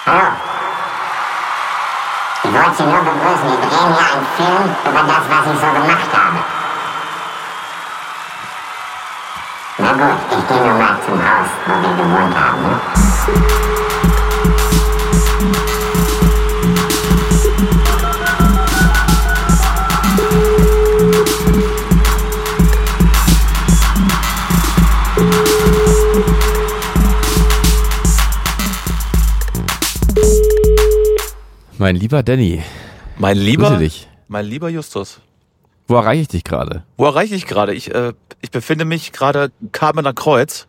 Hallo. Ich wollte Sie nur begrüßen. Wir drehen hier einen Film über das, was ich so gemacht habe. Na gut, ich gehe nur mal zum Haus, wo wir gewohnt haben, ne? Mein lieber Danny. Mein Grüße dich. lieber Justus. Wo erreiche ich dich gerade? Wo erreiche ich gerade? Ich befinde mich gerade Kamener Kreuz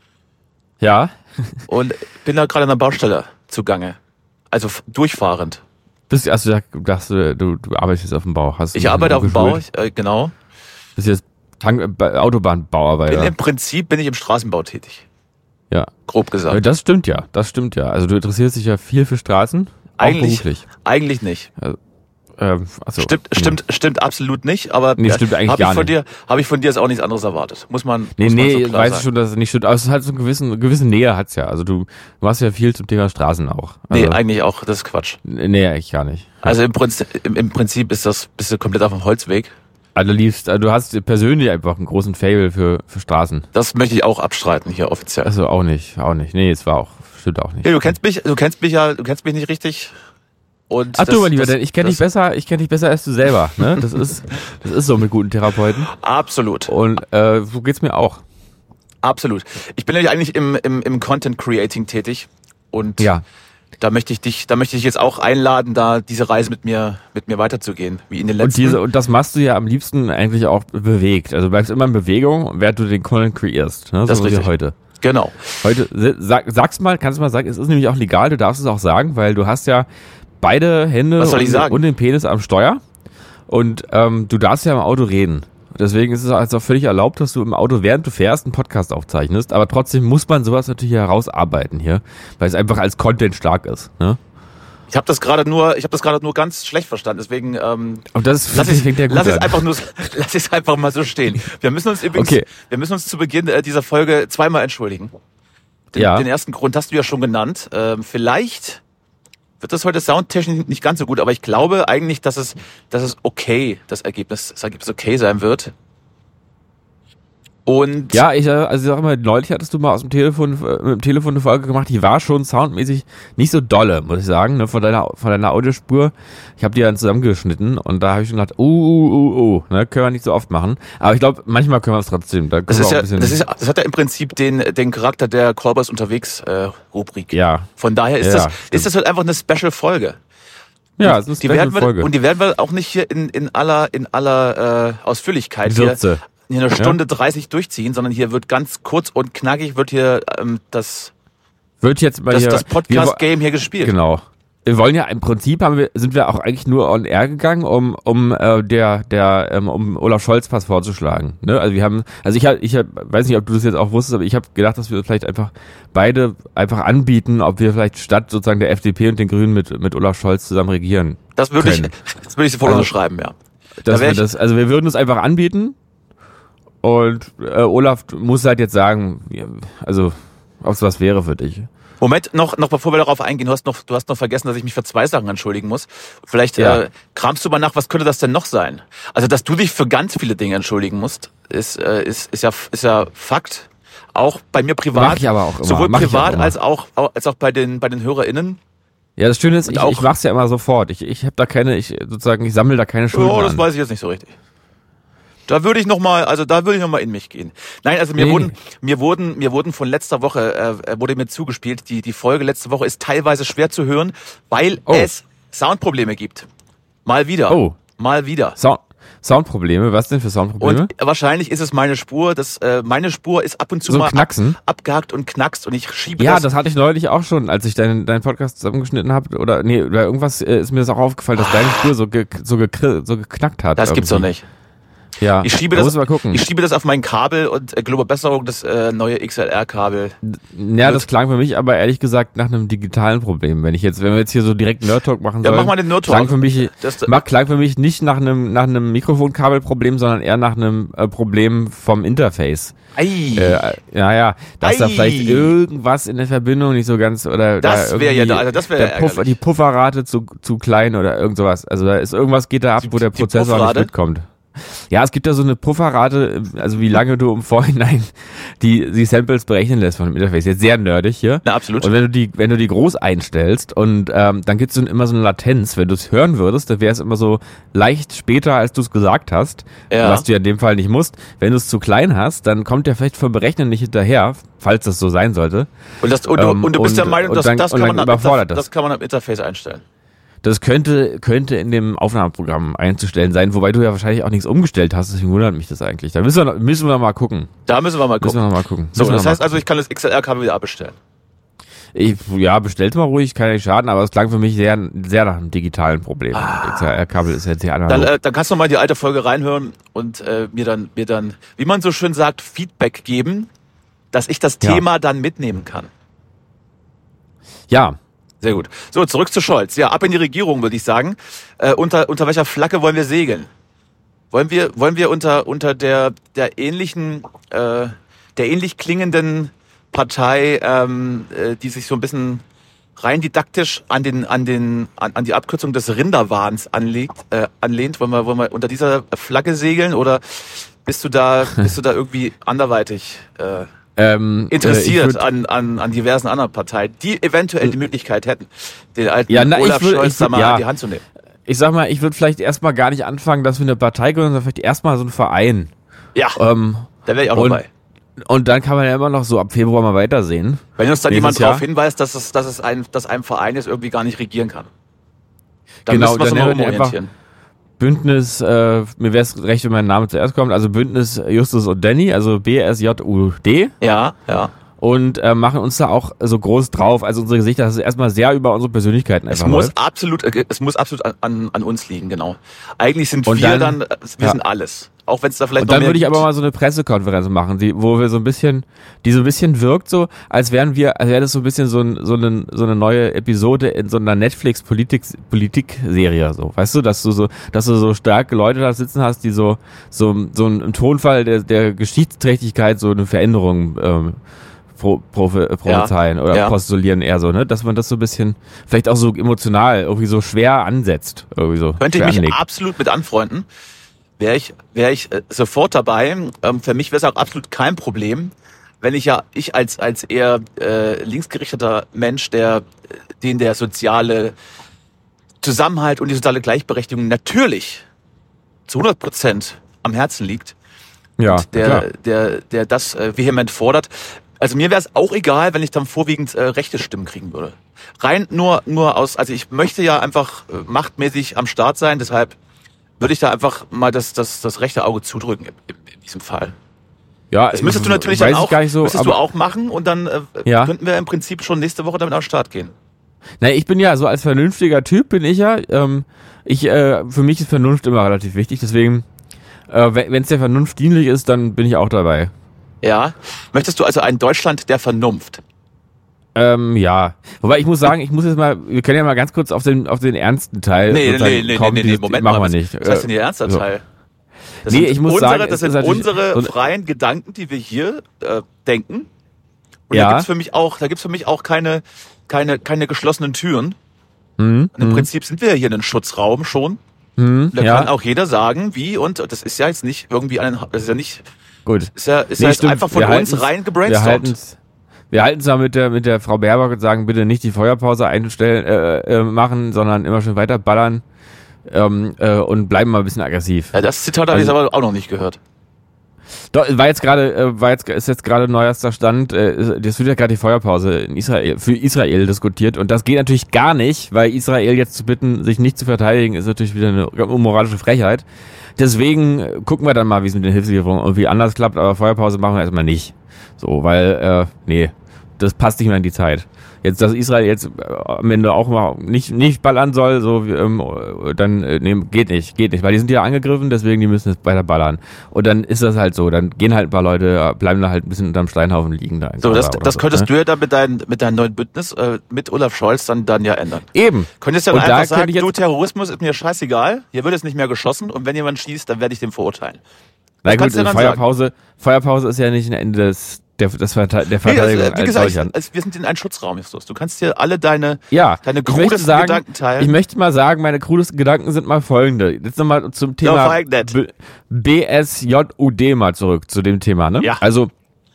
Ja? und bin da gerade an der Baustelle zugange. Also durchfahrend. Also du arbeitest jetzt auf dem Bau. Ich arbeite auf dem Bau, genau. Bist jetzt Autobahnbauarbeiter. Im Prinzip bin ich im Straßenbau tätig. Ja. Grob gesagt. Das stimmt ja. Also du interessierst dich ja viel für Straßen. Eigentlich nicht. Also, Stimmt absolut nicht, aber stimmt eigentlich gar nicht. Habe ich von dir jetzt auch nichts anderes erwartet. Muss man so klar weiß sagen. ich schon, dass es nicht stimmt, aber es ist halt so eine gewisse Nähe hat's ja. Also du machst ja viel zum Thema Straßen auch. Also, Nee, eigentlich auch, das ist Quatsch. Nee, eigentlich gar nicht. Also im Prinzip bist du komplett auf dem Holzweg. Also du hast persönlich einfach einen großen Faible für Straßen. Das möchte ich auch abstreiten hier offiziell. Also auch nicht. Nee, stimmt auch nicht. Ja, du kennst mich nicht richtig. Und ach du, mein Lieber, denn ich kenne dich besser als du selber. Ne? Das ist so mit guten Therapeuten. Absolut. Und so geht's mir auch. Absolut. Ich bin ja eigentlich im Content Creating tätig und ja. Da möchte ich dich jetzt auch einladen, da diese Reise mit mir weiterzugehen, wie in den letzten. Und das machst du ja am liebsten eigentlich auch bewegt. Also du bleibst immer in Bewegung, während du den Content creierst. Ne? Das so ist richtig. Wie heute. Genau. Heute, kannst du mal sagen, es ist nämlich auch legal, du darfst es auch sagen, weil du hast ja beide Hände und den Penis am Steuer und du darfst ja im Auto reden. Deswegen ist es also auch völlig erlaubt, dass du im Auto, während du fährst, einen Podcast aufzeichnest. Aber trotzdem muss man sowas natürlich herausarbeiten hier, weil es einfach als Content stark ist. Ne? Ich habe das gerade nur ganz schlecht verstanden. Deswegen lass es einfach mal so stehen. Wir müssen uns zu Beginn dieser Folge zweimal entschuldigen. Den ersten Grund hast du ja schon genannt. Vielleicht wird das heute soundtechnisch nicht ganz so gut, aber ich glaube eigentlich, dass es okay, das Ergebnis okay sein wird. Und ja, ich sag mal, neulich hattest du mal mit dem Telefon eine Folge gemacht, die war schon soundmäßig nicht so dolle, muss ich sagen, ne, von deiner Audiospur. Ich habe die dann zusammengeschnitten und da habe ich schon gedacht, ne, können wir nicht so oft machen. Aber ich glaube, manchmal können wir es trotzdem. Das hat ja im Prinzip den Charakter der Callboys unterwegs Rubrik. Ja. Von daher ist das halt einfach eine Special-Folge. Ja, es ist eine Special-Folge. Und die werden wir auch nicht hier in aller Ausführlichkeit hier eine Stunde 30 durchziehen, sondern hier wird ganz kurz und knackig das Podcast-Game hier gespielt. Genau. Wir wollen ja im Prinzip sind wir auch eigentlich nur on air gegangen, um Olaf Scholz was vorzuschlagen. Ne? Also ich weiß nicht, ob du das jetzt auch wusstest, aber ich habe gedacht, dass wir vielleicht beide anbieten, ob wir vielleicht statt sozusagen der FDP und den Grünen mit Olaf Scholz zusammen regieren. Das würde ich sofort unterschreiben, ja. Wir würden es einfach anbieten. Und Olaf muss halt jetzt sagen, also ob es was wäre für dich. Moment, noch bevor wir darauf eingehen, du hast noch vergessen, dass ich mich für 2 Sachen entschuldigen muss. Vielleicht kramst du mal nach, was könnte das denn noch sein? Also, dass du dich für ganz viele Dinge entschuldigen musst, ist ja Fakt. Auch bei mir privat. Mach ich aber auch immer. Sowohl privat als auch bei den HörerInnen. Ja, das Schöne ist, ich mach's ja immer sofort. Ich sammle da keine Schulden an. Das weiß ich jetzt nicht so richtig. Da würde ich noch mal in mich gehen. Nein, also mir wurden von letzter Woche wurde mir zugespielt. Die Folge letzte Woche ist teilweise schwer zu hören, weil es Soundprobleme gibt. Mal wieder. Soundprobleme? Was denn für Soundprobleme? Und wahrscheinlich ist es meine Spur. Meine Spur ist ab und zu so mal abgehakt und knackst und ich schiebe das. Ja, das hatte ich neulich auch schon, als ich deinen Podcast zusammengeschnitten habe. Oder irgendwas ist mir das auch aufgefallen, dass deine Spur so geknackt hat. Das gibt's doch nicht. Ja, ich schiebe das auf mein Kabel und gelobe Besserung, das neue XLR-Kabel. Ja, das klang für mich aber ehrlich gesagt nach einem digitalen Problem. Wenn wir jetzt hier so direkt Nerd Talk machen sollen. Ja, mach mal den Nerd Talk. Klang für mich nicht nach einem Mikrofonkabelproblem, sondern eher nach einem Problem vom Interface. Dass da vielleicht irgendwas in der Verbindung nicht so ganz oder das wäre die Pufferrate zu klein oder irgend sowas. Also da ist irgendwas geht da ab, wo der Prozessor nicht mitkommt. Ja, es gibt ja so eine Pufferrate, also wie lange du im Vorhinein die Samples berechnen lässt von dem Interface. Jetzt sehr nerdig hier. Na, absolut. Und wenn du die groß einstellst und dann gibt es immer so eine Latenz. Wenn du es hören würdest, dann wäre es immer so leicht später, als du es gesagt hast, was du ja in dem Fall nicht musst. Wenn du es zu klein hast, dann kommt der vielleicht vom Berechnen nicht hinterher, falls das so sein sollte. Und du bist der Meinung, das kann man am Interface einstellen? Das könnte in dem Aufnahmeprogramm einzustellen sein, wobei du ja wahrscheinlich auch nichts umgestellt hast, deswegen wundert mich das eigentlich. Da müssen wir mal gucken. So, das heißt also, ich kann das XLR-Kabel wieder abbestellen. Bestell's mal ruhig, kann ja nicht schaden, aber es klang für mich sehr, sehr nach einem digitalen Problem. XLR-Kabel ist jetzt sehr analog. Dann kannst du mal die alte Folge reinhören und mir dann, wie man so schön sagt, Feedback geben, dass ich das Thema dann mitnehmen kann. Ja. Sehr gut. So, zurück zu Scholz. Ja, ab in die Regierung, würde ich sagen. Unter welcher Flagge wollen wir segeln? Wollen wir unter der ähnlich klingenden Partei, die sich so ein bisschen rein didaktisch an die Abkürzung des Rinderwahns anlehnt? Wollen wir unter dieser Flagge segeln oder bist du da irgendwie anderweitig interessiert an diversen anderen Parteien, die eventuell die Möglichkeit hätten, den alten Olaf Scholz da mal an die Hand zu nehmen? Ich sag mal, ich würde vielleicht erstmal gar nicht anfangen, dass wir eine Partei gründen, sondern vielleicht erstmal so einen Verein. Ja, da wäre ich auch dabei. Und dann kann man ja immer noch so ab Februar mal weitersehen. Wenn uns dann jemand darauf hinweist, dass ein Verein jetzt irgendwie gar nicht regieren kann. Dann müssen wir uns mal umorientieren. Bündnis, mir wäre es recht, wenn mein Name zuerst kommt, also Bündnis Justus und Danny, also BSJUD. Ja. Und machen uns da auch so groß drauf, also unsere Gesichter, das ist erstmal sehr über unsere Persönlichkeiten einfach. Es muss absolut an uns liegen, genau. Eigentlich sind wir sind alles. Auch wenn es da vielleicht noch mehr Und dann würde ich aber mal so eine Pressekonferenz machen, wo wir so ein bisschen wirkt so, als wäre das so ein bisschen so eine neue Episode in so einer Netflix-Politik-Serie, so. Weißt du, dass du so starke Leute da sitzen hast, die so im Tonfall der Geschichtsträchtigkeit so eine Veränderung, prophezeien oder postulieren eher so, ne, dass man das so ein bisschen, vielleicht auch so emotional, irgendwie so schwer ansetzt, irgendwie so. Könnte ich mich absolut mit anfreunden. Wäre ich sofort dabei. Für mich wäre es auch absolut kein Problem, wenn ich als eher linksgerichteter Mensch, den der soziale Zusammenhalt und die soziale Gleichberechtigung natürlich zu 100% am Herzen liegt. Ja, und der das vehement fordert. Also mir wäre es auch egal, wenn ich dann vorwiegend rechte Stimmen kriegen würde. Rein nur aus, also ich möchte ja einfach machtmäßig am Start sein, deshalb würde ich da einfach mal das rechte Auge zudrücken in diesem Fall. Ja, das müsstest du natürlich dann auch, so, müsstest du auch machen und dann könnten wir im Prinzip schon nächste Woche damit an den Start gehen. Na, ich bin ja so als vernünftiger Typ bin ich ja. Für mich ist Vernunft immer relativ wichtig, deswegen, wenn es der Vernunft dienlich ist, dann bin ich auch dabei. Ja. Möchtest du also ein Deutschland der Vernunft? Ja. Wobei ich muss sagen, wir können ja mal ganz kurz auf den ernsten Teil. Nee, Moment machen wir nicht. Was heißt denn der ernste Teil? Das sind unsere freien Gedanken, die wir hier denken. Und da gibt's für mich auch keine geschlossenen Türen. Und im Prinzip sind wir ja hier in einem Schutzraum schon. Da kann auch jeder sagen, wie, und das ist ja jetzt nicht irgendwie das ist ja nicht, gut. Ist ja jetzt einfach von uns rein gebrainstormt. Wir halten es mal mit der Frau Baerbock und sagen, bitte nicht die Feuerpause machen, sondern immer schön weiter ballern und bleiben mal ein bisschen aggressiv. Ja, das Zitat habe ich aber auch noch nicht gehört. Doch, ist jetzt gerade neuester Stand, das wird ja gerade die Feuerpause für Israel diskutiert und das geht natürlich gar nicht, weil Israel jetzt zu bitten, sich nicht zu verteidigen, ist natürlich wieder eine unmoralische Frechheit. Deswegen gucken wir dann mal, wie es mit den Hilfslieferungen irgendwie anders klappt, aber Feuerpause machen wir erstmal nicht. So, weil, das passt nicht mehr in die Zeit. Jetzt, dass Israel jetzt am Ende auch mal nicht ballern soll, so dann geht nicht, weil die sind ja angegriffen, deswegen die müssen jetzt weiter ballern. Und dann ist das halt so, dann gehen halt ein paar Leute, bleiben da halt ein bisschen unterm Steinhaufen liegen da. So, das könntest du ja dann mit deinem neuen Bündnis mit Olaf Scholz dann ja ändern. Eben. Könntest ja dann einfach sagen, du, Terrorismus ist mir scheißegal, hier wird es nicht mehr geschossen und wenn jemand schießt, dann werde ich den verurteilen. Na gut, Feuerpause ist ja nicht ein Ende der Verteidigung wie gesagt, wir sind in einem Schutzraum, Justus. Du kannst hier alle deine krudesten Gedanken teilen. Ich möchte mal sagen, meine krudesten Gedanken sind mal folgende. Jetzt nochmal zum Thema BSJUD mal zurück zu dem Thema, ne? Ja. Also,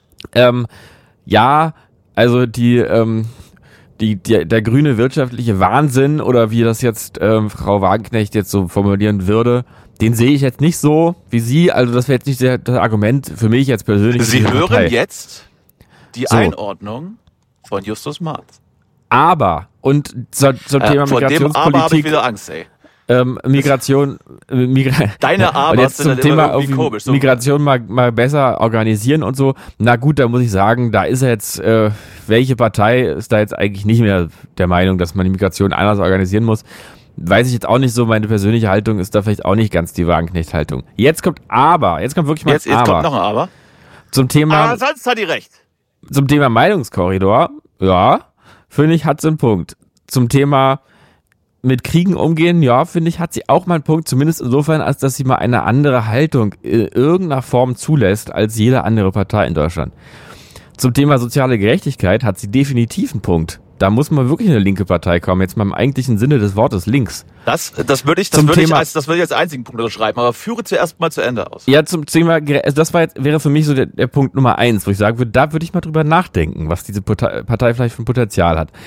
der grüne wirtschaftliche Wahnsinn oder wie das jetzt Frau Wagenknecht jetzt so formulieren würde, den sehe ich jetzt nicht so wie Sie. Also das wäre jetzt nicht das Argument für mich jetzt persönlich. Sie hören jetzt die Einordnung von Justus Marz. Aber, und zum Thema vor Migrationspolitik. Dem Aber habe ich wieder Angst, ey. Deine Aber und jetzt zum Thema auf komisch, so. Migration mal besser organisieren und so. Na gut, da muss ich sagen, da ist jetzt, welche Partei ist da jetzt eigentlich nicht mehr der Meinung, dass man die Migration anders organisieren muss? Weiß ich jetzt auch nicht so, meine persönliche Haltung ist da vielleicht auch nicht ganz die Wagenknecht-Haltung. Jetzt kommt wirklich mal jetzt ein Aber. Jetzt kommt noch ein Aber. Zum Thema. Aber sonst hat die recht. Zum Thema Meinungskorridor, ja, finde ich, hat sie einen Punkt. Zum Thema mit Kriegen umgehen, ja, finde ich, hat sie auch mal einen Punkt, zumindest insofern, als dass sie mal eine andere Haltung in irgendeiner Form zulässt als jede andere Partei in Deutschland. Zum Thema soziale Gerechtigkeit hat sie definitiv einen Punkt. Da muss man wirklich eine linke Partei kommen, jetzt mal im eigentlichen Sinne des Wortes links. Das würde ich als einzigen Punkt unterschreiben, aber führe zuerst mal zu Ende aus. Ja, zum Thema, das wäre für mich so der Punkt Nummer 1, wo ich sagen würde, da würde ich mal drüber nachdenken, was diese Partei vielleicht für ein Potenzial hat.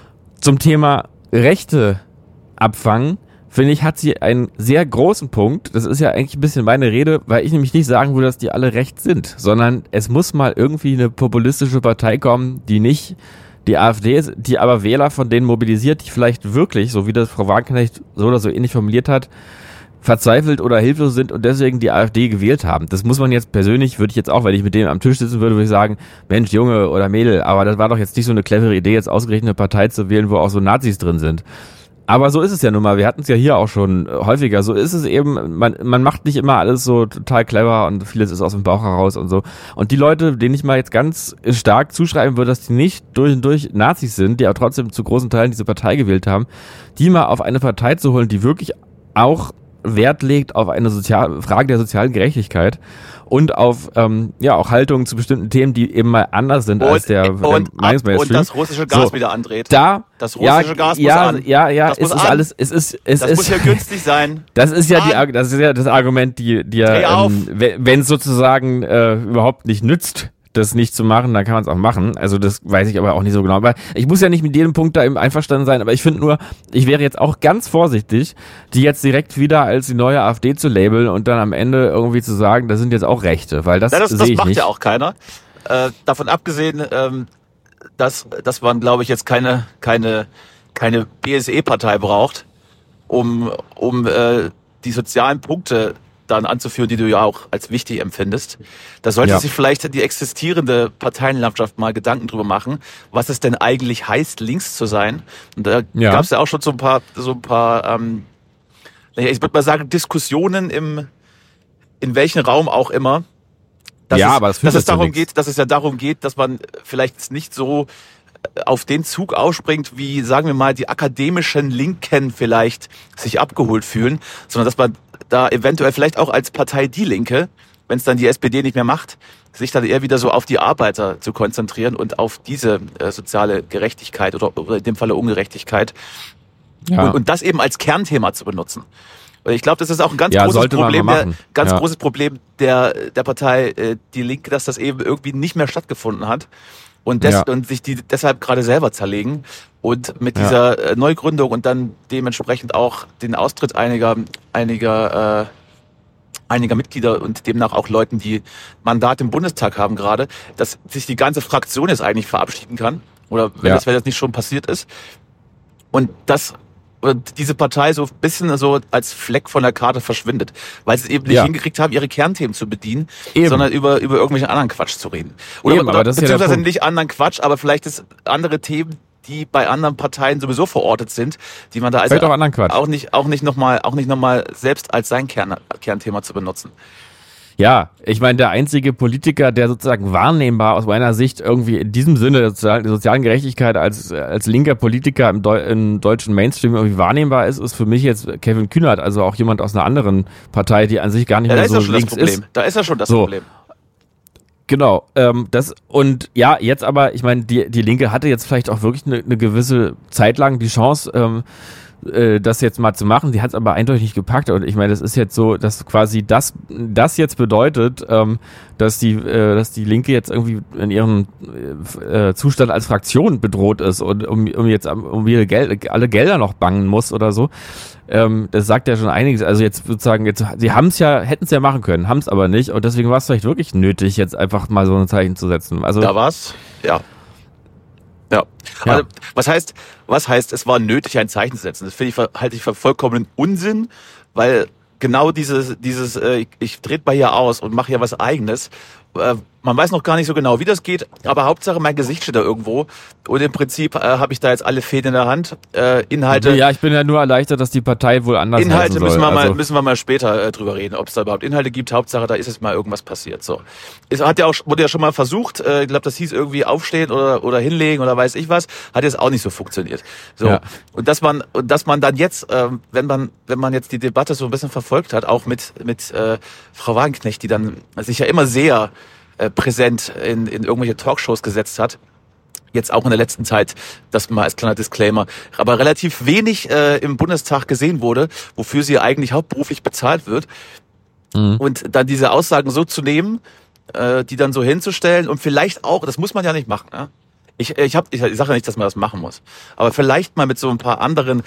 Zum Thema Rechte abfangen, finde ich, hat sie einen sehr großen Punkt. Das ist ja eigentlich ein bisschen meine Rede, weil ich nämlich nicht sagen würde, dass die alle recht sind, sondern es muss mal irgendwie eine populistische Partei kommen, die nicht die AfD ist, die aber Wähler von denen mobilisiert, die vielleicht wirklich, so wie das Frau Wagenknecht so oder so ähnlich formuliert hat, verzweifelt oder hilflos sind und deswegen die AfD gewählt haben. Das muss man jetzt persönlich, würde ich jetzt auch, wenn ich mit dem am Tisch sitzen würde, würde ich sagen, Mensch, Junge oder Mädel, aber das war doch jetzt nicht so eine clevere Idee, jetzt ausgerechnet eine Partei zu wählen, wo auch so Nazis drin sind. Aber so ist es ja nun mal, wir hatten es ja hier auch schon häufiger, so ist es eben, man macht nicht immer alles so total clever und vieles ist aus dem Bauch heraus und so. Und die Leute, denen ich mal jetzt ganz stark zuschreiben würde, dass die nicht durch und durch Nazis sind, die aber trotzdem zu großen Teilen diese Partei gewählt haben, die mal auf eine Partei zu holen, die wirklich auch Wert legt auf eine Frage der sozialen Gerechtigkeit und auf auch Haltungen zu bestimmten Themen, die eben mal anders sind als der Meinungsmainstream. Und das russische Gas wieder andreht. Das russische Gas muss an. Das muss an. Das muss ja günstig sein. Das ist ja das Argument, wenn es sozusagen überhaupt nicht nützt, das nicht zu machen, dann kann man es auch machen. Also das weiß ich aber auch nicht so genau. Aber ich muss ja nicht mit jedem Punkt da eben einverstanden sein, aber ich finde nur, ich wäre jetzt auch ganz vorsichtig, die jetzt direkt wieder als die neue AfD zu labeln und dann am Ende irgendwie zu sagen, das sind jetzt auch Rechte, weil das sehe ich nicht. Das macht ja auch keiner. Davon abgesehen, dass man, glaube ich, jetzt keine BSE-Partei braucht, um die sozialen Punkte dann anzuführen, die du ja auch als wichtig empfindest. Da sollte sich vielleicht die existierende Parteienlandschaft mal Gedanken drüber machen, was es denn eigentlich heißt, links zu sein. Und da gab es ja auch schon so ein paar, ich würde mal sagen, Diskussionen in welchem Raum auch immer. Dass es darum geht, dass man vielleicht nicht so auf den Zug ausspringt, wie, sagen wir mal, die akademischen Linken vielleicht sich abgeholt fühlen, sondern dass man da eventuell vielleicht auch als Partei Die Linke, wenn es dann die SPD nicht mehr macht, sich dann eher wieder so auf die Arbeiter zu konzentrieren und auf diese soziale Gerechtigkeit oder in dem Falle Ungerechtigkeit und das eben als Kernthema zu benutzen. Ich glaube, das ist auch ein ganz großes Problem der Partei Die Linke, dass das eben irgendwie nicht mehr stattgefunden hat. Und sich die deshalb gerade selber zerlegen und mit dieser Neugründung und dann dementsprechend auch den Austritt einiger Mitglieder und demnach auch Leuten, die Mandat im Bundestag haben gerade, dass sich die ganze Fraktion jetzt eigentlich verabschieden kann oder wenn das nicht schon passiert ist. Und diese Partei so ein bisschen so als Fleck von der Karte verschwindet, weil sie es eben nicht hingekriegt haben, ihre Kernthemen zu bedienen, sondern über irgendwelchen anderen Quatsch zu reden. Oder beziehungsweise nicht anderen Quatsch, aber vielleicht ist andere Themen, die bei anderen Parteien sowieso verortet sind, die man da also auch nicht nochmal selbst als sein Kernthema zu benutzen. Ja, ich meine, der einzige Politiker, der sozusagen wahrnehmbar aus meiner Sicht irgendwie in diesem Sinne der sozialen Gerechtigkeit als linker Politiker im deutschen Mainstream irgendwie wahrnehmbar ist für mich jetzt Kevin Kühnert, also auch jemand aus einer anderen Partei, die an sich gar nicht mehr so links ist. Da ist ja schon das Problem. Genau, jetzt aber, ich meine, die Linke hatte jetzt vielleicht auch wirklich eine gewisse Zeit lang die Chance, das jetzt mal zu machen. Sie hat es aber eindeutig nicht gepackt. Und ich meine, das ist jetzt so, dass quasi das jetzt bedeutet, dass die Linke jetzt irgendwie in ihrem Zustand als Fraktion bedroht ist und um ihre alle Gelder noch bangen muss oder so. Das sagt ja schon einiges. Also jetzt sozusagen, sie hätten es ja machen können, haben es aber nicht. Und deswegen war es vielleicht wirklich nötig, jetzt einfach mal so ein Zeichen zu setzen. Also da war's, ja. Ja. Also, was heißt, es war nötig, ein Zeichen zu setzen? Das halte ich für vollkommenen Unsinn, weil genau dieses, ich trete bei hier aus und mache hier was Eigenes. Man weiß noch gar nicht so genau, wie das geht, aber Hauptsache mein Gesicht steht da irgendwo und im Prinzip habe ich da jetzt alle Fäden in der Hand. Inhalte. Ja, ich bin ja nur erleichtert, dass die Partei wohl anders Inhalte müssen wir mal später drüber reden, ob es da überhaupt Inhalte gibt. Hauptsache, da ist jetzt mal irgendwas passiert. So, wurde ja schon mal versucht. Ich glaube, das hieß irgendwie aufstehen oder hinlegen oder weiß ich was. Hat jetzt auch nicht so funktioniert. So ja. Und dass man dann jetzt, wenn man jetzt die Debatte so ein bisschen verfolgt hat, auch mit Frau Wagenknecht, die dann sich ja immer sehr präsent in irgendwelche Talkshows gesetzt hat. Jetzt auch in der letzten Zeit, das mal als kleiner Disclaimer, aber relativ wenig im Bundestag gesehen wurde, wofür sie eigentlich hauptberuflich bezahlt wird. Mhm. Und dann diese Aussagen so zu nehmen, die dann so hinzustellen und vielleicht auch, das muss man ja nicht machen, ne? Ich sage ja nicht, dass man das machen muss, aber vielleicht mal mit so ein paar anderen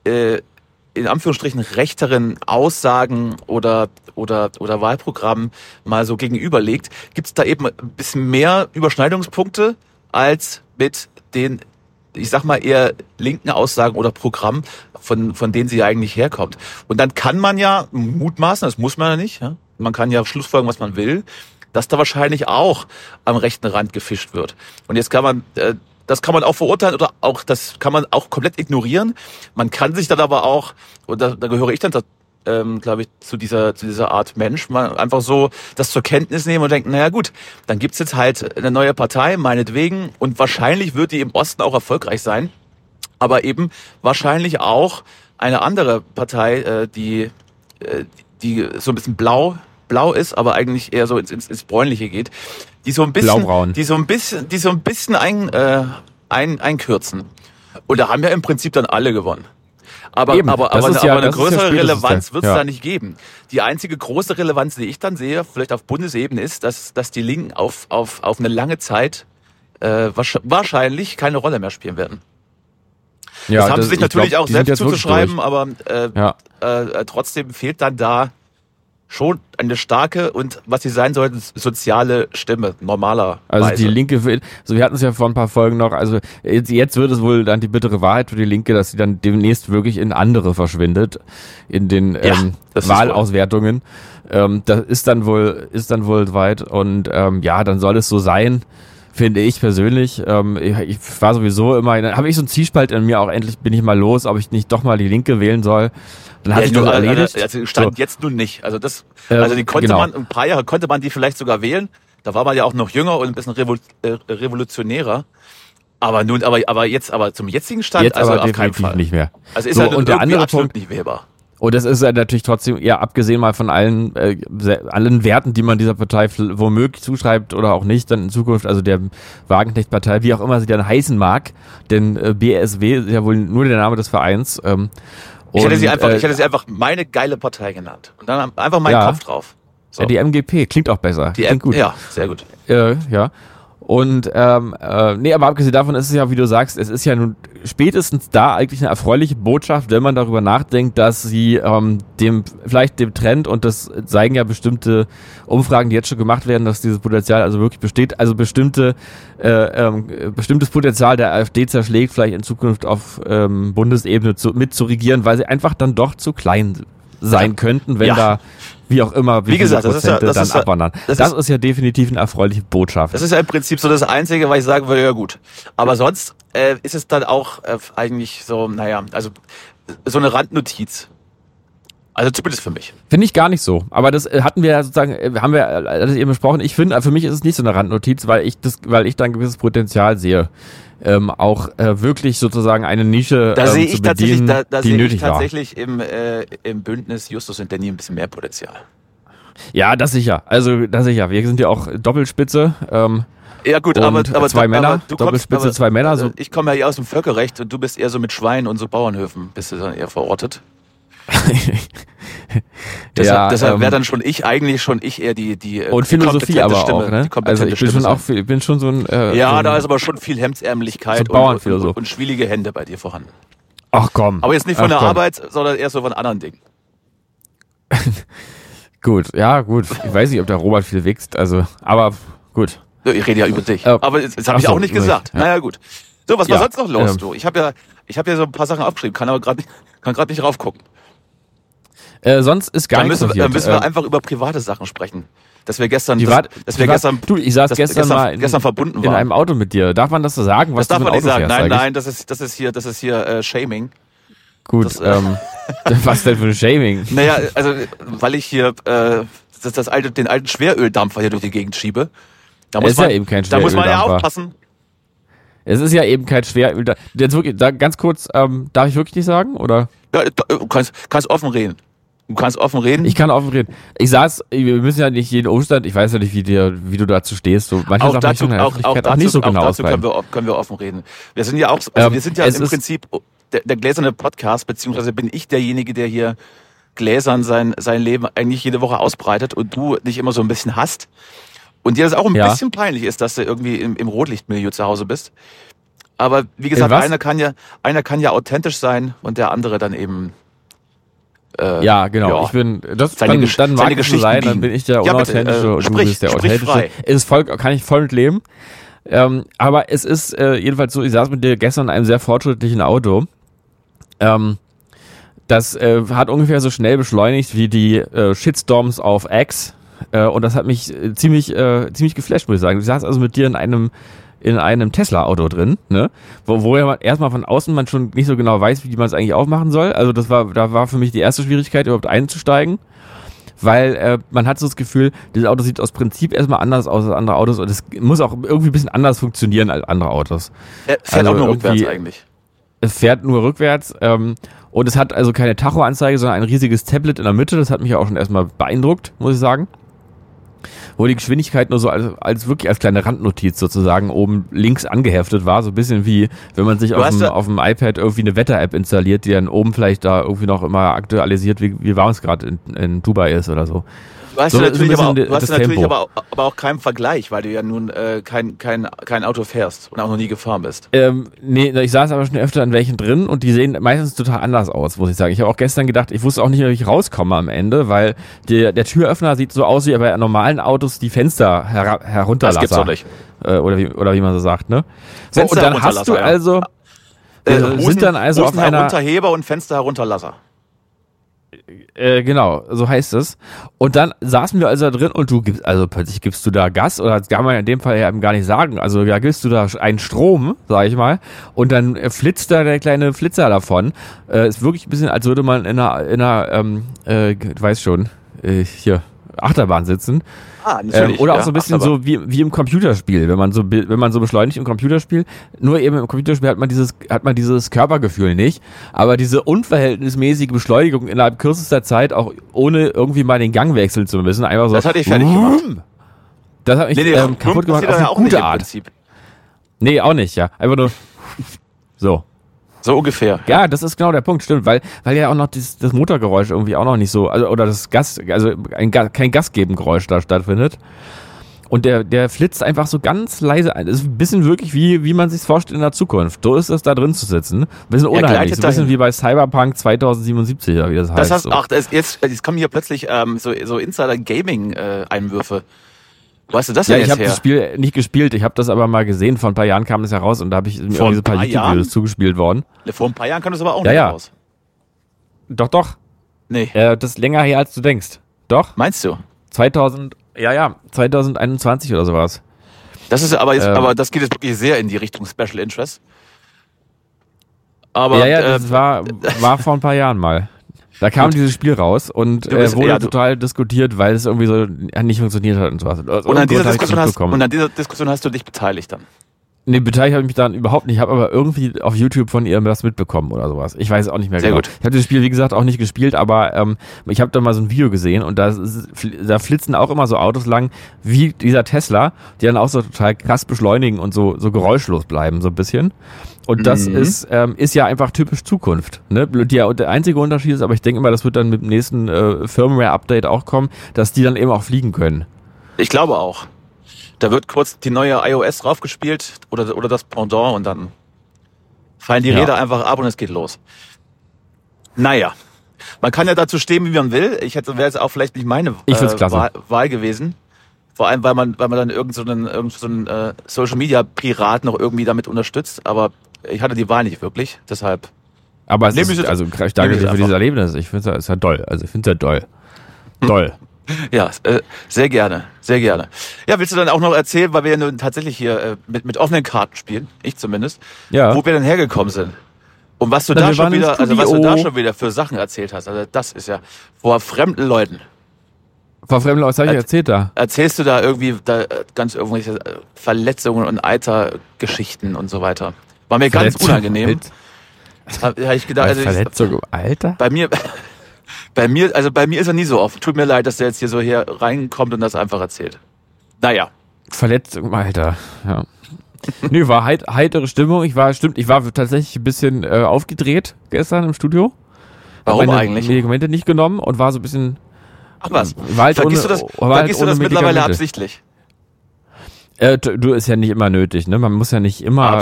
in Anführungsstrichen rechteren Aussagen oder Wahlprogrammen mal so gegenüberlegt, gibt es da eben ein bisschen mehr Überschneidungspunkte als mit den, ich sag mal, eher linken Aussagen oder Programmen, von denen sie eigentlich herkommt. Und dann kann man ja mutmaßen, das muss man ja nicht, ja? Man kann ja schlussfolgern, was man will, dass da wahrscheinlich auch am rechten Rand gefischt wird. Und jetzt kann man das kann man auch verurteilen oder auch das kann man auch komplett ignorieren. Man kann sich dann aber auch, und da gehöre ich dann, glaube ich, zu dieser Art Mensch, mal einfach so das zur Kenntnis nehmen und denken, naja gut, dann gibt's jetzt halt eine neue Partei, meinetwegen, und wahrscheinlich wird die im Osten auch erfolgreich sein, aber eben wahrscheinlich auch eine andere Partei, die so ein bisschen blau ist, aber eigentlich eher so ins Bräunliche geht, die so ein bisschen einkürzen. Und da haben ja im Prinzip dann alle gewonnen. Aber eine größere Relevanz wird es da nicht geben. Die einzige große Relevanz, die ich dann sehe, vielleicht auf Bundesebene, ist, dass die Linken auf eine lange Zeit wahrscheinlich keine Rolle mehr spielen werden. Ja, das haben sie sich natürlich auch selbst zuzuschreiben, aber trotzdem fehlt dann da schon eine starke und, was sie sein sollten, soziale Stimme, normalerweise. Also die Linke, wir hatten es ja vor ein paar Folgen noch, also jetzt wird es wohl dann die bittere Wahrheit für die Linke, dass sie dann demnächst wirklich in andere verschwindet, in den Wahlauswertungen. Das ist dann wohl weit und dann soll es so sein, finde ich persönlich. Ich war sowieso immer, dann habe ich so einen Zwiespalt in mir, auch endlich bin ich mal los, ob ich nicht doch mal die Linke wählen soll. Dann hat sich das erledigt. Also stand jetzt nun nicht. Also die konnte man, ein paar Jahre konnte man die vielleicht sogar wählen. Da war man ja auch noch jünger und ein bisschen revolutionärer. Aber zum jetzigen Stand, jetzt also aber auf keinen Fall. Nicht mehr. Also ist halt der andere Punkt nicht wählbar. Und das ist natürlich trotzdem, ja, abgesehen mal von allen Werten, die man dieser Partei womöglich zuschreibt oder auch nicht, dann in Zukunft, also der Wagenknecht-Partei, wie auch immer sie dann heißen mag, denn BSW ist ja wohl nur der Name des Vereins. Ich hätte sie einfach meine geile Partei genannt. Und dann einfach meinen Kopf drauf. So. Ja, die MGP klingt auch besser. Klingt gut. Ja, sehr gut. Ja. Und aber abgesehen davon ist es ja, wie du sagst, es ist ja nun spätestens da eigentlich eine erfreuliche Botschaft, wenn man darüber nachdenkt, dass sie dem Trend, und das zeigen ja bestimmte Umfragen, die jetzt schon gemacht werden, dass dieses Potenzial also wirklich besteht, also bestimmtes Potenzial der AfD zerschlägt, vielleicht in Zukunft auf Bundesebene mit zu regieren, weil sie einfach dann doch zu klein sein könnten, wenn da wie auch immer, wie gesagt, Prozente dann abwandern. Das ist ja definitiv eine erfreuliche Botschaft. Das ist ja im Prinzip so das Einzige, was ich sagen würde, ja gut. Aber sonst ist es dann auch eigentlich so, also so eine Randnotiz. Also zumindest für mich. Finde ich gar nicht so. Aber das hatten wir sozusagen, haben wir alles eben besprochen. Ich finde, für mich ist es nicht so eine Randnotiz, weil ich da ein gewisses Potenzial sehe. Auch wirklich sozusagen eine Nische zu bedienen, die nötig war. Da sehe ich tatsächlich im Bündnis Justus und Danny ein bisschen mehr Potenzial. Ja, das sicher. Also das sicher. Wir sind ja auch Doppelspitze. Ja gut, aber zwei Männer, Doppelspitze, zwei Männer. So. Ich komme ja hier aus dem Völkerrecht und du bist eher so mit Schweinen und so Bauernhöfen, bist du dann eher verortet. Deshalb wäre dann schon ich eher die und Philosophie aber Stimme, auch, ne? Also ich bin schon so ein da ist aber schon viel Hemdsärmlichkeit so und schwielige Hände bei dir vorhanden. Ach komm. Aber jetzt nicht von der Arbeit, sondern eher so von anderen Dingen. Gut. Ich weiß nicht, ob der Robert viel wächst, aber gut. Ich rede ja über dich. Aber das habe ich auch nicht gesagt. Ja. Naja, gut. So, was war sonst noch los, du? Ich habe ja so ein paar Sachen aufgeschrieben, kann aber gerade nicht raufgucken. Sonst ist gar nichts passiert. Dann müssen wir einfach über private Sachen sprechen. Dass wir gestern, ich saß gestern verbunden in einem Auto mit dir. Darf man das so sagen? Das darf man nicht sagen. Nein, das ist hier Shaming. Gut, was denn für ein Shaming? Naja, also weil ich hier den alten Schweröldampfer hier durch die Gegend schiebe. Da muss man ja aufpassen. Es ist ja eben kein Schweröldampfer. Jetzt wirklich, ganz kurz, darf ich wirklich nicht sagen, oder? Ja, du kannst offen reden. Ich kann offen reden. Wir müssen ja nicht jeden Umstand, ich weiß ja nicht, wie du dazu stehst. So, manche Sachen möchte ich in der Öffentlichkeit auch nicht so genau ausbreiten. Können wir offen reden. Wir sind ja im Prinzip der gläserne Podcast, beziehungsweise bin ich derjenige, der hier gläsern sein Leben eigentlich jede Woche ausbreitet und du dich immer so ein bisschen hasst. Und dir das auch ein bisschen peinlich ist, dass du irgendwie im Rotlichtmilieu zu Hause bist. Aber wie gesagt, einer kann ja authentisch sein und der andere dann eben ja, genau. Ich bin dann mag es so sein, dann bin ich der unauthentische und du bist der authentische. Kann ich voll mit leben. Aber es ist jedenfalls so, ich saß mit dir gestern in einem sehr fortschrittlichen Auto. Das hat ungefähr so schnell beschleunigt wie die Shitstorms auf X. Und das hat mich ziemlich geflasht, muss ich sagen. Du saß also mit dir in einem Tesla-Auto drin, ne? Wo ja erstmal von außen man schon nicht so genau weiß, wie man es eigentlich aufmachen soll. Also da war für mich die erste Schwierigkeit, überhaupt einzusteigen. Weil man hat so das Gefühl, dieses Auto sieht aus Prinzip erstmal anders aus als andere Autos und es muss auch irgendwie ein bisschen anders funktionieren als andere Autos. Fährt auch nur rückwärts eigentlich. Es fährt nur rückwärts und es hat also keine Tacho-Anzeige, sondern ein riesiges Tablet in der Mitte. Das hat mich ja auch schon erstmal beeindruckt, muss ich sagen. Wo die Geschwindigkeit nur so als wirklich als kleine Randnotiz sozusagen oben links angeheftet war. So ein bisschen wie, wenn man sich auf dem iPad irgendwie eine Wetter-App installiert, die dann oben vielleicht da irgendwie noch immer aktualisiert, wie warm es gerade in Dubai ist oder so. Du hast natürlich aber auch keinen Vergleich, weil du ja nun kein Auto fährst und auch noch nie gefahren bist. Nee, ich saß aber schon öfter in welchen drin und die sehen meistens total anders aus, muss ich sagen. Ich habe auch gestern gedacht, ich wusste auch nicht, wie ich rauskomme am Ende, weil der Türöffner sieht so aus, wie bei normalen Autos die Fenster herunterlassen. Das gibt's doch nicht. Oder wie man so sagt, ne? So, und dann hast du also sind dann also auf einer Herunterheber und Fenster herunterlasser. Genau, so heißt es. Und dann saßen wir also da drin und plötzlich gibst du da Gas, oder das kann man in dem Fall ja eben gar nicht sagen. Also ja, gibst du da einen Strom, sag ich mal, und dann flitzt da der kleine Flitzer davon. Ist wirklich ein bisschen, als würde man in einer du weißt schon, hier, Achterbahn sitzen. Natürlich. Oder auch so ein bisschen so wie im Computerspiel, wenn man so beschleunigt im Computerspiel. Nur eben im Computerspiel hat man dieses Körpergefühl nicht, aber diese unverhältnismäßige Beschleunigung innerhalb kürzester Zeit, auch ohne irgendwie mal den Gang wechseln zu müssen, einfach so. Das hatte ich fertig gemacht. Das hat mich kaputt gemacht auf eine gute Art. Nee, auch nicht, ja. Einfach nur so. So ungefähr. Ja, das ist genau der Punkt, stimmt, weil ja auch noch das Motorgeräusch irgendwie auch noch nicht so, oder das Gas, also kein Gasgebengeräusch da stattfindet. Und der flitzt einfach so ganz leise ein. Das ist ein bisschen wirklich wie man sich vorstellt in der Zukunft. So ist es, da drin zu sitzen. Ein bisschen unheimlich. So ein bisschen wie bei Cyberpunk 2077, wie das heißt. Jetzt kommen hier plötzlich so Insider-Gaming-Einwürfe. Wo hast du das denn jetzt her? Ich habe das Spiel nicht gespielt. Ich habe das aber mal gesehen. Vor ein paar Jahren kam das ja raus und da habe ich mir diese paar YouTube-Videos zugespielt worden. Vor ein paar Jahren kam das aber auch nicht raus. Doch. Nee. Das ist länger her, als du denkst. Doch? Meinst du? 2021 oder sowas. Das ist aber das geht jetzt wirklich sehr in die Richtung Special Interest. Aber das war vor ein paar Jahren mal. Da kam dieses Spiel raus und wurde total diskutiert, weil es irgendwie so nicht funktioniert hat und sowas. Und an dieser Diskussion hast du dich beteiligt dann? Nee, beteiligt habe ich mich dann überhaupt nicht. Ich habe aber irgendwie auf YouTube von ihr was mitbekommen oder sowas. Ich weiß auch nicht mehr Sehr genau. Gut. Ich habe das Spiel, wie gesagt, auch nicht gespielt, aber ich habe da mal so ein Video gesehen und da flitzen auch immer so Autos lang wie dieser Tesla, die dann auch so total krass beschleunigen und so geräuschlos bleiben, so ein bisschen. Und das ist ja einfach typisch Zukunft. Ne? Der einzige Unterschied ist, aber ich denke immer, das wird dann mit dem nächsten Firmware-Update auch kommen, dass die dann eben auch fliegen können. Ich glaube auch. Da wird kurz die neue iOS draufgespielt oder das Pendant und dann fallen die Räder einfach ab und es geht los. Naja, man kann ja dazu stehen, wie man will. Wäre jetzt auch vielleicht nicht meine Wahl gewesen. Vor allem, weil man dann irgend so einen Social-Media-Pirat noch irgendwie damit unterstützt. Aber ich hatte die Wahl nicht wirklich, deshalb. Aber ich danke dir für dieses Erlebnis. Ich finde es ja toll. Also ich finde es ja toll. Toll. Ja, sehr gerne, sehr gerne. Ja, willst du dann auch noch erzählen, weil wir ja nun tatsächlich hier mit offenen Karten spielen, ich zumindest, wo wir dann hergekommen sind und was du da schon wieder für Sachen erzählt hast. Also das ist ja vor fremden Leuten. Vor fremden Leuten, was habe ich erzählt da? Erzählst du da irgendwie ganz irgendwelche Verletzungen und Altergeschichten und so weiter? War mir ganz unangenehm. Hab ich gedacht, Verletzung im Alter? Bei mir ist er nie so offen. Tut mir leid, dass der jetzt hier so hier reinkommt und das einfach erzählt. Naja. Verletzung im Alter, ja. Nee, war heitere Stimmung. Ich war tatsächlich ein bisschen aufgedreht gestern im Studio. Warum hab eigentlich? Medikamente nicht genommen und war so ein bisschen... Ach was, vergisst du das mittlerweile absichtlich? Du, ist ja nicht immer nötig, ne? Man muss ja nicht immer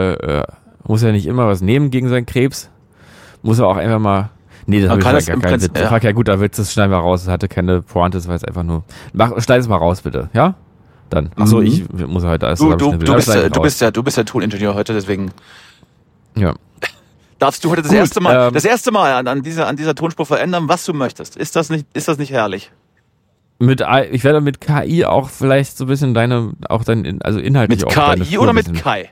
was nehmen gegen seinen Krebs. Muss ja auch einfach mal... Nee, das war gar kein Witz. Ja gut, da Witz, das schneiden wir raus. Das hatte keine Pointe, das war jetzt einfach nur... Schneid es mal raus, bitte, ja? Dann. Achso, ich muss heute alles... Du bist ja Toningenieur heute, deswegen... Ja. Darfst du heute das erste Mal an dieser Tonspur verändern, was du möchtest? Ist das nicht herrlich? Ich werde mit KI auch vielleicht so ein bisschen also inhaltlich mit auch... Mit KI oder mit Kai?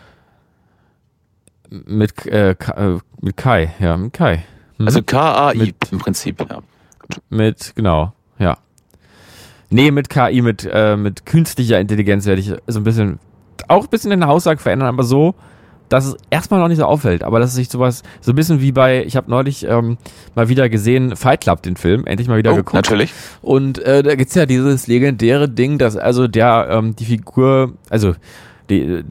Mit Kai, ja, mit Kai. Also KAI im Prinzip, ja. Genau, ja. Nee, mit KI, mit künstlicher Intelligenz werde ich so ein bisschen in der Aussage verändern, aber so, dass es erstmal noch nicht so auffällt, aber dass es sich sowas, so ein bisschen wie ich habe neulich mal wieder gesehen, Fight Club, den Film, endlich mal wieder geguckt. Natürlich. Und da gibt's ja dieses legendäre Ding, dass also die Figur, also die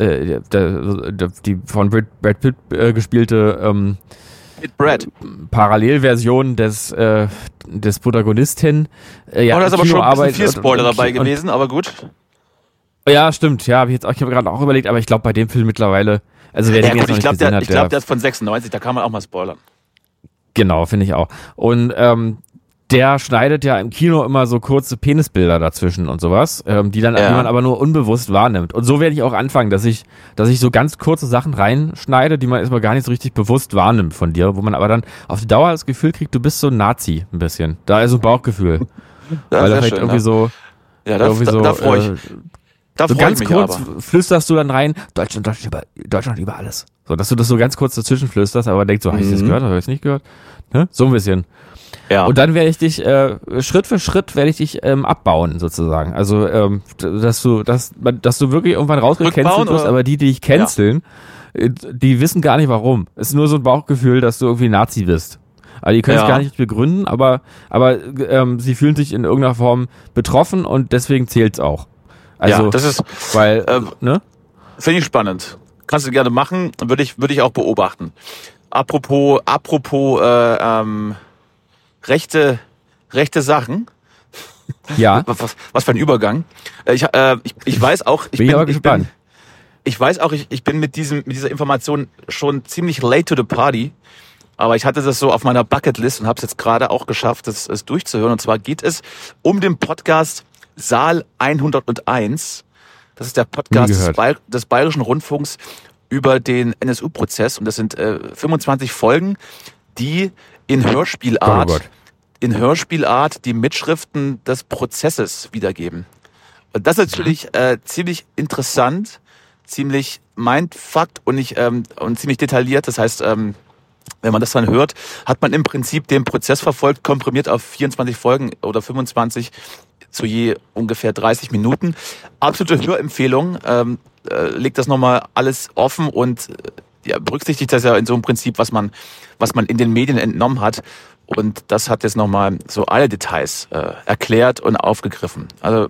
von Brad Pitt gespielte Parallelversion des Protagonisten. Da ist aber schon ein bisschen viel Spoiler dabei gewesen, aber gut. Ja, stimmt. Ja, ich habe gerade auch überlegt, aber ich glaube bei dem Film mittlerweile, also wer den jetzt noch nicht gesehen hat, ich glaube, der ist von 96, da kann man auch mal spoilern. Genau, finde ich auch. Und der schneidet ja im Kino immer so kurze Penisbilder dazwischen und sowas, die man aber nur unbewusst wahrnimmt. Und so werde ich auch anfangen, dass ich so ganz kurze Sachen reinschneide, die man erstmal gar nicht so richtig bewusst wahrnimmt von dir, wo man aber dann auf die Dauer das Gefühl kriegt, du bist so ein Nazi ein bisschen. Da ist so ein Bauchgefühl. Weil da vielleicht irgendwie so... Ja, da freue ich mich. So ganz kurz flüsterst du dann rein, Deutschland über alles. So, dass du das so ganz kurz dazwischen flüsterst, aber denkst so, habe ich das gehört, habe ich das nicht gehört? Ne? So ein bisschen. Ja. Und dann werde ich dich, Schritt für Schritt werde ich dich abbauen, sozusagen. Also, dass du wirklich irgendwann rausgecancelt wirst, aber die dich canceln, die wissen gar nicht warum. Es ist nur so ein Bauchgefühl, dass du irgendwie Nazi bist. Also die können es gar nicht begründen, aber sie fühlen sich in irgendeiner Form betroffen und deswegen zählt's auch. Also, das ist, weil, ne? Finde ich spannend. Kannst du gerne machen, würde ich auch beobachten. Apropos rechte Sachen. Ja. Was für ein Übergang. Ich weiß auch, ich bin mit dieser Information schon ziemlich late to the party. Aber ich hatte das so auf meiner Bucketlist und habe es jetzt gerade auch geschafft, es durchzuhören. Und zwar geht es um den Podcast Saal 101. Das ist der Podcast des Bayerischen Rundfunks über den NSU-Prozess. Und das sind 25 Folgen, die in Hörspielart die Mitschriften des Prozesses wiedergeben. Und das ist natürlich ziemlich interessant, ziemlich mindfuck und ziemlich detailliert. Das heißt, wenn man das dann hört, hat man im Prinzip den Prozess verfolgt, komprimiert auf 24 Folgen oder 25 zu je ungefähr 30 Minuten. Absolute Hörempfehlung, legt das nochmal alles offen und berücksichtigt das ja in so einem Prinzip, was man in den Medien entnommen hat. Und das hat jetzt nochmal so alle Details erklärt und aufgegriffen. Also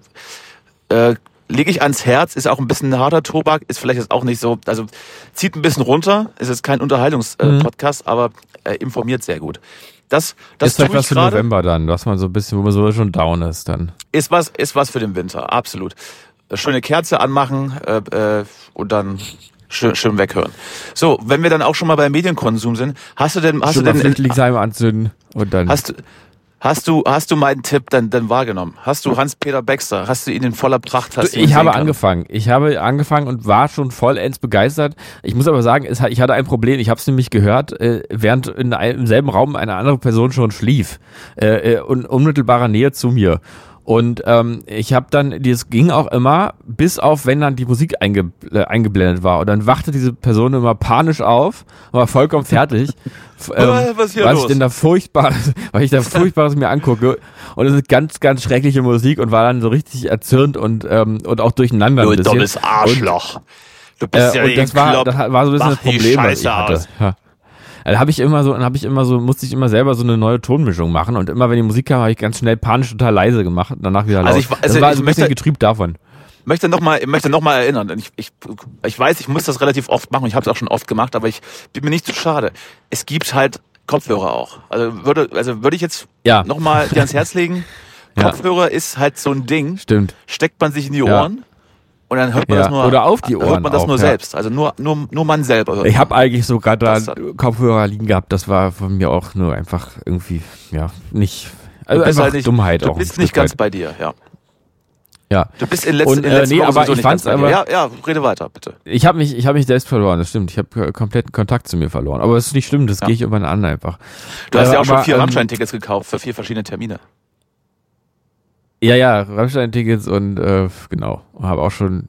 lege ich ans Herz, ist auch ein bisschen ein harter Tobak, ist vielleicht jetzt auch nicht so, also zieht ein bisschen runter, ist jetzt kein Unterhaltungspodcast, aber informiert sehr gut. Das ist vielleicht was für November dann, was man so ein bisschen, wo man so schon down ist dann. Ist was für den Winter, absolut. Schöne Kerze anmachen und dann schön weghören. So, wenn wir dann auch schon mal beim Medienkonsum sind, hast du denn Flüchtlingsheim anzünden und dann Hast du meinen Tipp dann wahrgenommen? Hast du Hans-Peter Baxter? Hast du ihn in voller Pracht? Ich habe angefangen und war schon vollends begeistert. Ich muss aber sagen, ich hatte ein Problem. Ich habe es nämlich gehört, während im selben Raum eine andere Person schon schlief. In unmittelbarer Nähe zu mir. Und ich habe dann, das ging auch immer, bis auf, wenn dann die Musik eingeblendet war. Und dann wachte diese Person immer panisch auf, war vollkommen fertig. Was ich denn da Furchtbares mir angucke. Und es ist ganz, ganz schreckliche Musik und war dann so richtig erzürnt und auch durcheinander. Du dummes Arschloch. Du bist ja das war so ein bisschen das Problem, was ich hatte. Ja. Musste ich immer selber so eine neue Tonmischung machen und immer wenn die Musik kam, habe ich ganz schnell panisch total leise gemacht und danach wieder laut. Ich war ein bisschen getrübt davon. Möchte noch mal erinnern, ich weiß, ich muss das relativ oft machen, ich habe es auch schon oft gemacht, aber ich bin mir nicht zu schade. Es gibt halt Kopfhörer auch. Also würde ich jetzt noch mal dir ans Herz legen. Kopfhörer ist halt so ein Ding. Stimmt. Steckt man sich in die Ohren. Und dann hört man das nur, oder auf die Ohren, hört man das nur selbst. Also nur man selber hört. Ich habe eigentlich sogar da Kopfhörer liegen gehabt. Das war von mir auch nur einfach irgendwie, nicht. Also einfach halt nicht, Dummheit auch. Du bist nicht ganz bei dir, ja. Ja. Du bist in letzter Woche aber ich fand's aber. Ja, rede weiter, bitte. Ich habe mich selbst verloren, das stimmt. Ich habe kompletten Kontakt zu mir verloren. Aber es ist nicht schlimm, das gehe ich irgendwann an einfach. Du hast ja auch schon 4 Rammstein-Tickets gekauft für 4 verschiedene Termine. Ja, Rammstein-Tickets und genau. Ich habe auch schon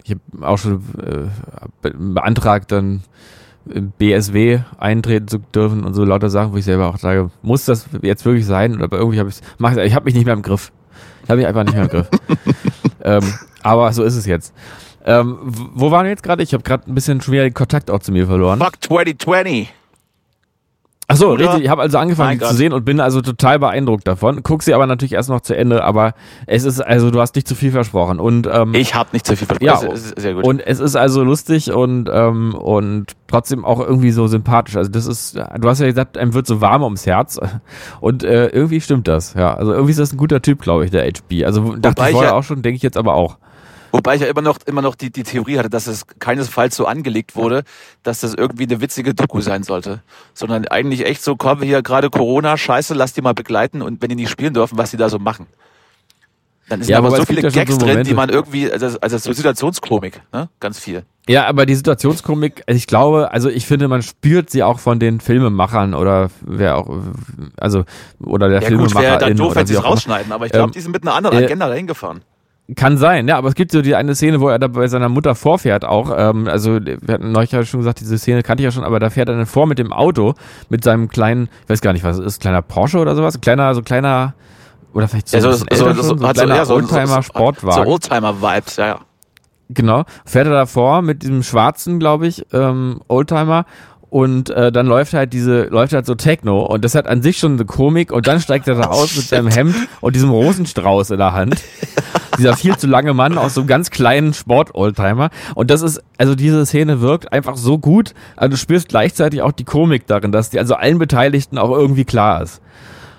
beantragt, dann im BSW eintreten zu dürfen und so lauter Sachen, wo ich selber auch sage, muss das jetzt wirklich sein? Aber irgendwie ich habe mich nicht mehr im Griff. Ich habe mich einfach nicht mehr im Griff. Aber so ist es jetzt. Wo waren wir jetzt gerade? Ich habe gerade ein bisschen schon wieder den Kontakt auch zu mir verloren. Fuck 2020. Ach so, richtig. Ich habe also angefangen zu sehen und bin also total beeindruckt davon. Guck sie aber natürlich erst noch zu Ende, aber du hast nicht zu viel versprochen. Und ich habe nicht zu viel versprochen. Ja, das ist sehr gut. Und es ist also lustig und trotzdem auch irgendwie so sympathisch. Also du hast ja gesagt, einem wird so warm ums Herz und irgendwie stimmt das. Ja, also irgendwie ist das ein guter Typ, glaube ich, der HB. Also dachte ich vorher auch schon, denke ich jetzt aber auch. Wobei ich ja immer noch die Theorie hatte, dass es keinesfalls so angelegt wurde, dass das irgendwie eine witzige Doku sein sollte. Sondern eigentlich echt so, komm, hier gerade Corona, scheiße, lass die mal begleiten und wenn die nicht spielen dürfen, was die da so machen. Dann sind aber so viele Gags drin, die man irgendwie, also so Situationskomik, ne? Ganz viel. Ja, aber die Situationskomik, ich glaube, ich finde, man spürt sie auch von den Filmemachern oder wer auch, oder der Filmemacher. Ja gut, wäre dann doof, wenn sie es rausschneiden, aber ich glaube, die sind mit einer anderen Agenda dahin gefahren. Kann sein, ja, aber es gibt so die eine Szene, wo er da bei seiner Mutter vorfährt auch, wir hatten neulich ja schon gesagt, diese Szene kannte ich ja schon, aber da fährt er dann vor mit dem Auto, mit seinem kleinen, ich weiß gar nicht, was es ist, kleiner Porsche oder sowas, kleiner, oder vielleicht so ein kleiner Oldtimer-Sportwagen. So Oldtimer-Vibes, ja. Genau, fährt er davor mit diesem schwarzen, glaube ich, Oldtimer. Und dann läuft halt so Techno und das hat an sich schon eine Komik und dann steigt er da aus mit seinem Hemd und diesem Rosenstrauß in der Hand. Dieser viel zu lange Mann aus so einem ganz kleinen Sport-Oldtimer. Und das ist, also diese Szene wirkt einfach so gut, also du spürst gleichzeitig auch die Komik darin, dass die also allen Beteiligten auch irgendwie klar ist.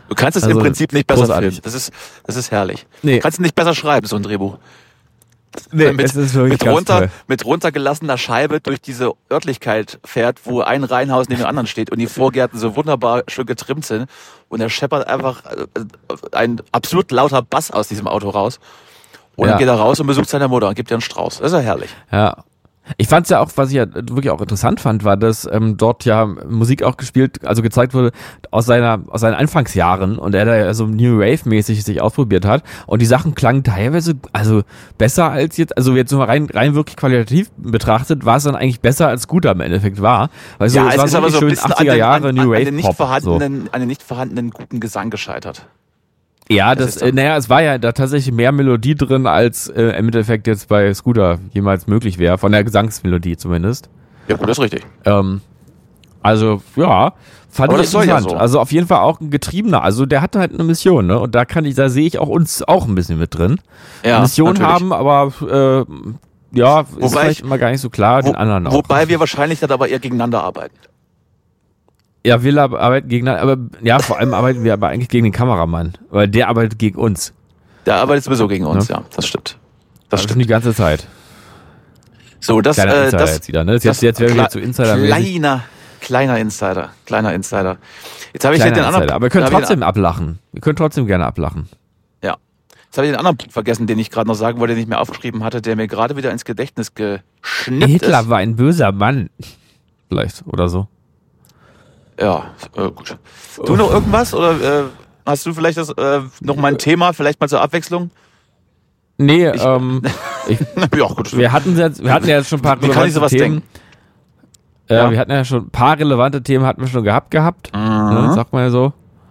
Du kannst es im Prinzip nicht besser filmen. Das ist herrlich. Nee. Du kannst es nicht besser schreiben, so ein Drehbuch. Nee, es ist wirklich mit runtergelassener Scheibe durch diese Örtlichkeit fährt, wo ein Reihenhaus neben dem anderen steht und die Vorgärten so wunderbar schön getrimmt sind und er scheppert einfach ein absolut lauter Bass aus diesem Auto raus und dann geht er raus und besucht seine Mutter und gibt ihr einen Strauß. Das ist ja herrlich. Ja. Ich fand's ja auch, was ich ja wirklich auch interessant fand, war, dass dort ja Musik auch gezeigt wurde aus seinen Anfangsjahren und er da ja so New Wave-mäßig sich ausprobiert hat und die Sachen klangen teilweise besser als jetzt, also jetzt so mal rein wirklich qualitativ betrachtet, war es dann eigentlich besser als Scooter im Endeffekt war. Weil so, es war ist aber so ein bisschen 80er Jahre New Wave an den nicht vorhandenen guten Gesang gescheitert. Ja, es war ja da tatsächlich mehr Melodie drin, als im Endeffekt jetzt bei Scooter jemals möglich wäre, von der Gesangsmelodie zumindest. Ja, gut, das ist richtig. Also, ja, fand ich interessant. Ja so. Also auf jeden Fall auch ein Getriebener, also der hatte halt eine Mission, ne? Und da sehe ich auch uns auch ein bisschen mit drin. Ja, Mission natürlich. haben, aber ist vielleicht immer gar nicht so klar, den anderen auch. Wobei wir wahrscheinlich dann aber eher gegeneinander arbeiten. Ja, wir arbeiten gegeneinander, aber ja, vor allem arbeiten wir aber eigentlich gegen den Kameramann, weil der arbeitet gegen uns. Der arbeitet sowieso gegen uns, ja, das stimmt. Das stimmt die ganze Zeit. So, das jetzt wieder, ne? Jetzt werden wir zu Insider. Kleiner Insider. Jetzt habe ich den anderen. Aber wir können trotzdem ablachen. Wir können trotzdem gerne ablachen. Ja. Jetzt habe ich den anderen Punkt vergessen, den ich gerade noch sagen wollte, den ich mir aufgeschrieben hatte, der mir gerade wieder ins Gedächtnis geschnippt ist. Hitler war ein böser Mann. Vielleicht, oder so. Ja, gut. Du noch irgendwas? Oder hast du vielleicht noch mal ein Thema, vielleicht mal zur Abwechslung? Nee, ja, gut. Wir hatten ja schon ein paar relevante Themen. Ja. Wir hatten ja schon ein paar relevante Themen gehabt. Ne, sag mal so.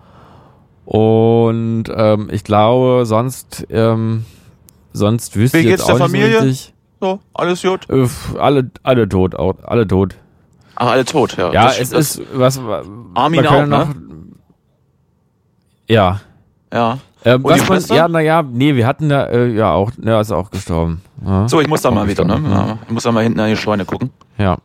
Und ich glaube, sonst wüsste ich jetzt auch nicht so richtig. So, alles gut? Alle tot. Ach, alle tot, ja. Ja, es ist was. Armin auch, ne? Ja. Ja. Wir hatten da auch, ist auch gestorben. Ja. So, ich muss da mal wieder, ne? Ja. Ich muss da mal hinten an die Scheune gucken. Ja.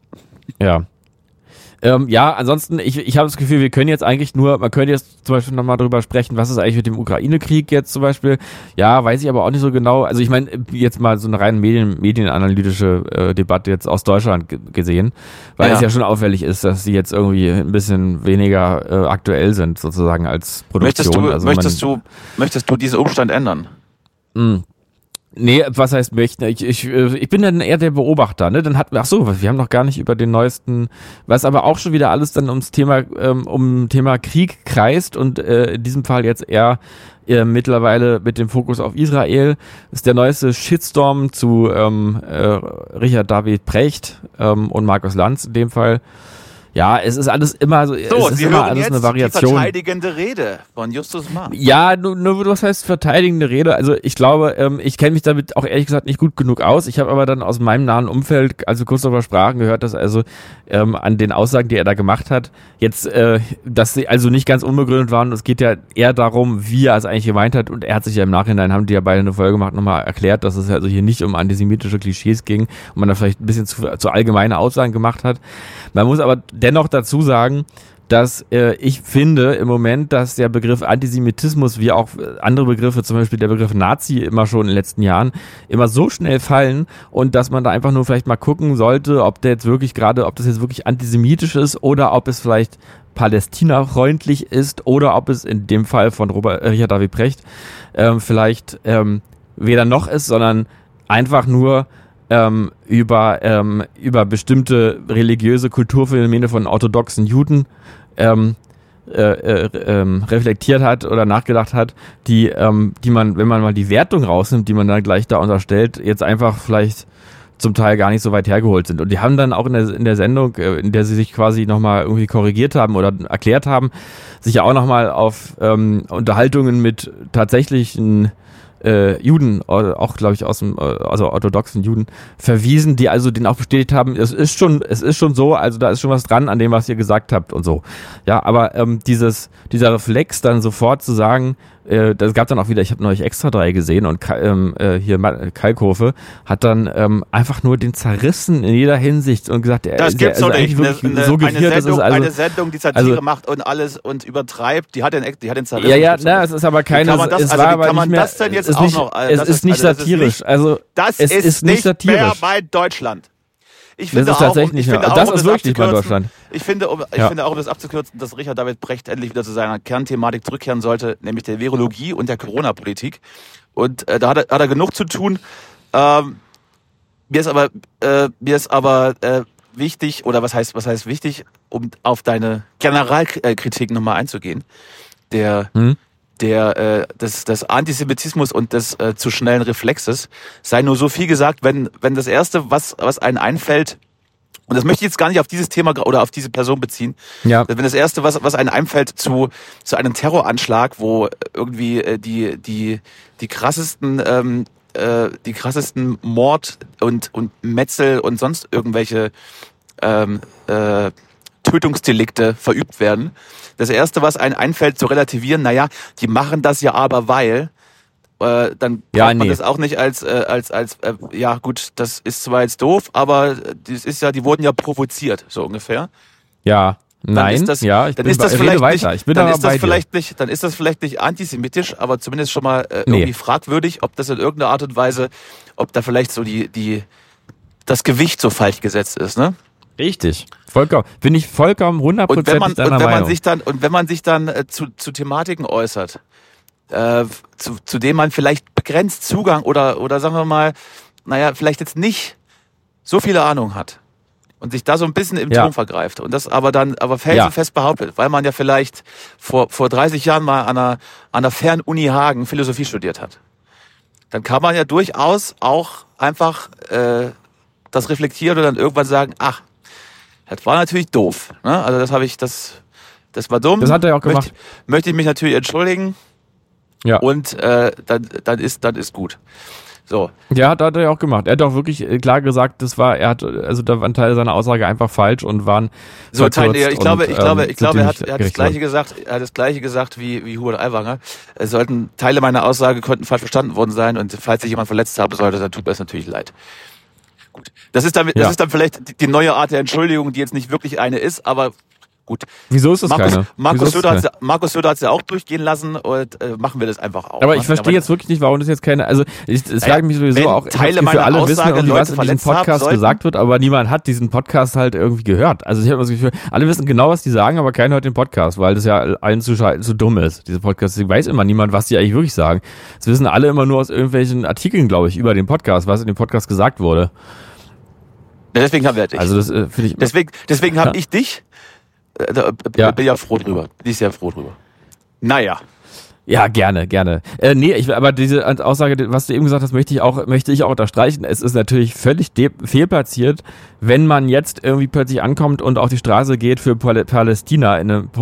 Ansonsten, ich habe das Gefühl, man könnte jetzt zum Beispiel nochmal drüber sprechen, was ist eigentlich mit dem Ukraine-Krieg jetzt zum Beispiel. Ja, weiß ich aber auch nicht so genau. Also ich meine, jetzt mal so eine rein medienanalytische Debatte jetzt aus Deutschland gesehen, weil es ja schon auffällig ist, dass sie jetzt irgendwie ein bisschen weniger aktuell sind, sozusagen als Produktion. Möchtest du diesen Umstand ändern? Nee, was heißt möchten? Ich bin dann eher der Beobachter, ne? Wir haben noch gar nicht über den neuesten, was aber auch schon wieder alles dann um Thema Krieg kreist und in diesem Fall jetzt eher mittlerweile mit dem Fokus auf Israel, ist der neueste Shitstorm zu Richard David Precht und Markus Lanz in dem Fall. Ja, es ist alles immer so. Es ist immer alles eine Variation. Die verteidigende Rede von Justus Marx. Ja, nur was heißt verteidigende Rede? Also ich glaube, ich kenne mich damit auch ehrlich gesagt nicht gut genug aus. Ich habe aber dann aus meinem nahen Umfeld, also kurz darüber sprachen, gehört, dass also an den Aussagen, die er da gemacht hat, jetzt, dass sie also nicht ganz unbegründet waren. Es geht ja eher darum, wie er es eigentlich gemeint hat. Und er hat sich ja im Nachhinein, haben die ja beide eine Folge gemacht, nochmal erklärt, dass es also hier nicht um antisemitische Klischees ging und man da vielleicht ein bisschen zu allgemeine Aussagen gemacht hat. Man muss aber dennoch dazu sagen, dass ich finde im Moment, dass der Begriff Antisemitismus wie auch andere Begriffe, zum Beispiel der Begriff Nazi immer schon in den letzten Jahren, immer so schnell fallen und dass man da einfach nur vielleicht mal gucken sollte, ob das jetzt wirklich antisemitisch ist oder ob es vielleicht Palästina-freundlich ist oder ob es in dem Fall von Richard David Precht vielleicht weder noch ist, sondern einfach nur über bestimmte religiöse Kulturphänomene von orthodoxen Juden reflektiert hat oder nachgedacht hat, die man, wenn man mal die Wertung rausnimmt, die man dann gleich da unterstellt, jetzt einfach vielleicht zum Teil gar nicht so weit hergeholt sind. Und die haben dann auch in der Sendung, in der sie sich quasi nochmal irgendwie korrigiert haben oder erklärt haben, sich ja auch nochmal auf Unterhaltungen mit tatsächlichen Juden, auch glaube ich also orthodoxen Juden, verwiesen, die also den auch bestätigt haben, es ist schon so, also da ist schon was dran an dem, was ihr gesagt habt und so. Ja, aber dieser Reflex dann sofort zu sagen, das gab dann auch wieder, ich habe neulich Extra 3 gesehen und hier Kalkofe hat dann einfach nur den zerrissen in jeder Hinsicht und gesagt, das gibt's doch nicht. Eine Sendung, die Satire macht und alles und übertreibt, die hat den zerrissen. Ja, es ist aber keine, es ist nicht satirisch. Also, das ist nicht satirisch. Mehr bei Deutschland. Ich finde das ist tatsächlich nicht mehr. Das ist wirklich nicht bei Deutschland. Ich finde, um das abzukürzen, dass Richard David Brecht endlich wieder zu seiner Kernthematik zurückkehren sollte, nämlich der Virologie und der Corona-Politik. Und da hat er genug zu tun. Mir ist aber wichtig, oder was heißt wichtig, um auf deine Generalkritik nochmal einzugehen, des Antisemitismus und des zu schnellen Reflexes, sei nur so viel gesagt, wenn das Erste, was einem einfällt, und das möchte ich jetzt gar nicht auf dieses Thema oder auf diese Person beziehen, wenn das Erste, was einem einfällt zu einem Terroranschlag, wo irgendwie die krassesten Mord und Metzel und sonst irgendwelche Tötungsdelikte verübt werden. Das Erste, was einem einfällt, zu relativieren, naja, die machen das ja aber weil, dann braucht man das auch nicht als ja gut, das ist zwar jetzt doof, aber das ist ja, die wurden ja provoziert, so ungefähr. Ja, dann ist das vielleicht nicht antisemitisch, aber zumindest schon mal irgendwie fragwürdig, ob das in irgendeiner Art und Weise, ob da vielleicht so das Gewicht so falsch gesetzt ist, ne? Richtig, vollkommen. Bin ich vollkommen 100% deiner Meinung. Wenn man sich dann zu Thematiken äußert, zu denen man vielleicht begrenzt Zugang oder sagen wir mal, naja, vielleicht jetzt nicht so viele Ahnung hat und sich da so ein bisschen im Ton vergreift und das aber felsenfest behauptet, weil man ja vielleicht vor 30 Jahren mal an einer Fernuni Hagen Philosophie studiert hat, dann kann man ja durchaus auch einfach das reflektieren und dann irgendwann sagen, ach, das war natürlich doof. Ne? Also das war dumm. Das hat er ja auch gemacht. Möchte ich mich natürlich entschuldigen. Ja. Und dann ist gut. So. Ja, das hat er ja auch gemacht. Er hat auch wirklich klar gesagt, da war ein Teil seiner Aussage einfach falsch und waren so Teile. Ich glaube, er hat das Gleiche gesagt. Er hat das Gleiche gesagt wie Hubert Aiwanger. Teile meiner Aussage könnten falsch verstanden worden sein und falls ich jemand verletzt habe sollte, dann tut mir es natürlich leid. Gut. Das ist dann vielleicht die neue Art der Entschuldigung, die jetzt nicht wirklich eine ist, aber gut. Wieso ist das keine? Markus Söder hat es ja auch durchgehen lassen und machen wir das einfach auch. Aber ich verstehe jetzt wirklich nicht, warum das jetzt keine, also es frage mich sowieso auch, Teile meiner für alle Aussage wissen, was in diesem Podcast gesagt wird, aber niemand hat diesen Podcast halt irgendwie gehört. Also ich habe das Gefühl, alle wissen genau, was die sagen, aber keiner hört den Podcast, weil das ja allen zu dumm ist, diese Podcast. Deswegen weiß immer niemand, was die eigentlich wirklich sagen. Das wissen alle immer nur aus irgendwelchen Artikeln, glaube ich, über den Podcast, was in dem Podcast gesagt wurde. Deswegen haben wir dich. Also das finde ich. Deswegen habe ich dich. Bin ja froh drüber. Bin ich sehr froh drüber. Naja. Ja, gerne. Aber diese Aussage, was du eben gesagt hast, möchte ich auch unterstreichen. Es ist natürlich völlig fehlplatziert, wenn man jetzt irgendwie plötzlich ankommt und auf die Straße geht für Palästina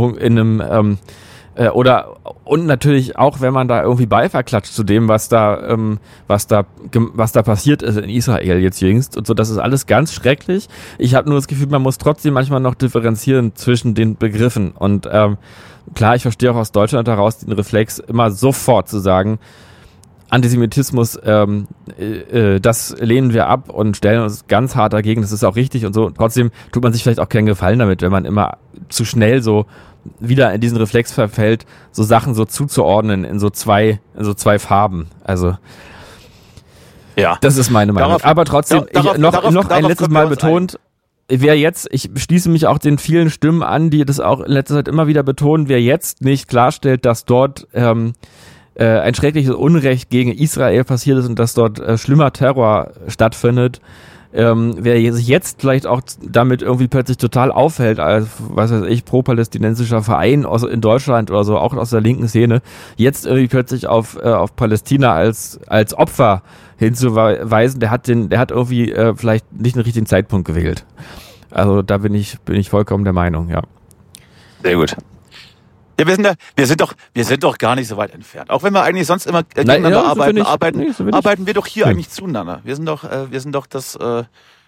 und natürlich auch, wenn man da irgendwie Beifall klatscht zu dem, was da passiert ist in Israel jetzt jüngst und so, das ist alles ganz schrecklich. Ich habe nur das Gefühl, man muss trotzdem manchmal noch differenzieren zwischen den Begriffen und klar, ich verstehe auch aus Deutschland heraus den Reflex, immer sofort zu sagen, Antisemitismus, das lehnen wir ab und stellen uns ganz hart dagegen, das ist auch richtig und so. Trotzdem tut man sich vielleicht auch keinen Gefallen damit, wenn man immer zu schnell so wieder in diesen Reflex verfällt, so Sachen so zuzuordnen in so zwei Farben. Also ja, das ist meine Meinung. Aber trotzdem, noch ein letztes Mal betont, ich schließe mich auch den vielen Stimmen an, die das auch in letzter Zeit immer wieder betonen, wer jetzt nicht klarstellt, dass dort ein schreckliches Unrecht gegen Israel passiert ist und dass dort schlimmer Terror stattfindet, wer sich jetzt vielleicht auch damit irgendwie plötzlich total aufhält, als, was weiß ich, pro-palästinensischer Verein in Deutschland oder so, auch aus der linken Szene, jetzt irgendwie plötzlich auf Palästina als Opfer hinzuweisen, der hat irgendwie vielleicht nicht den richtigen Zeitpunkt gewählt. Also da bin ich vollkommen der Meinung, ja. Sehr gut. Ja, wir sind doch gar nicht so weit entfernt. Auch wenn wir eigentlich sonst immer gegeneinander arbeiten wir doch hier eigentlich zueinander. Wir sind doch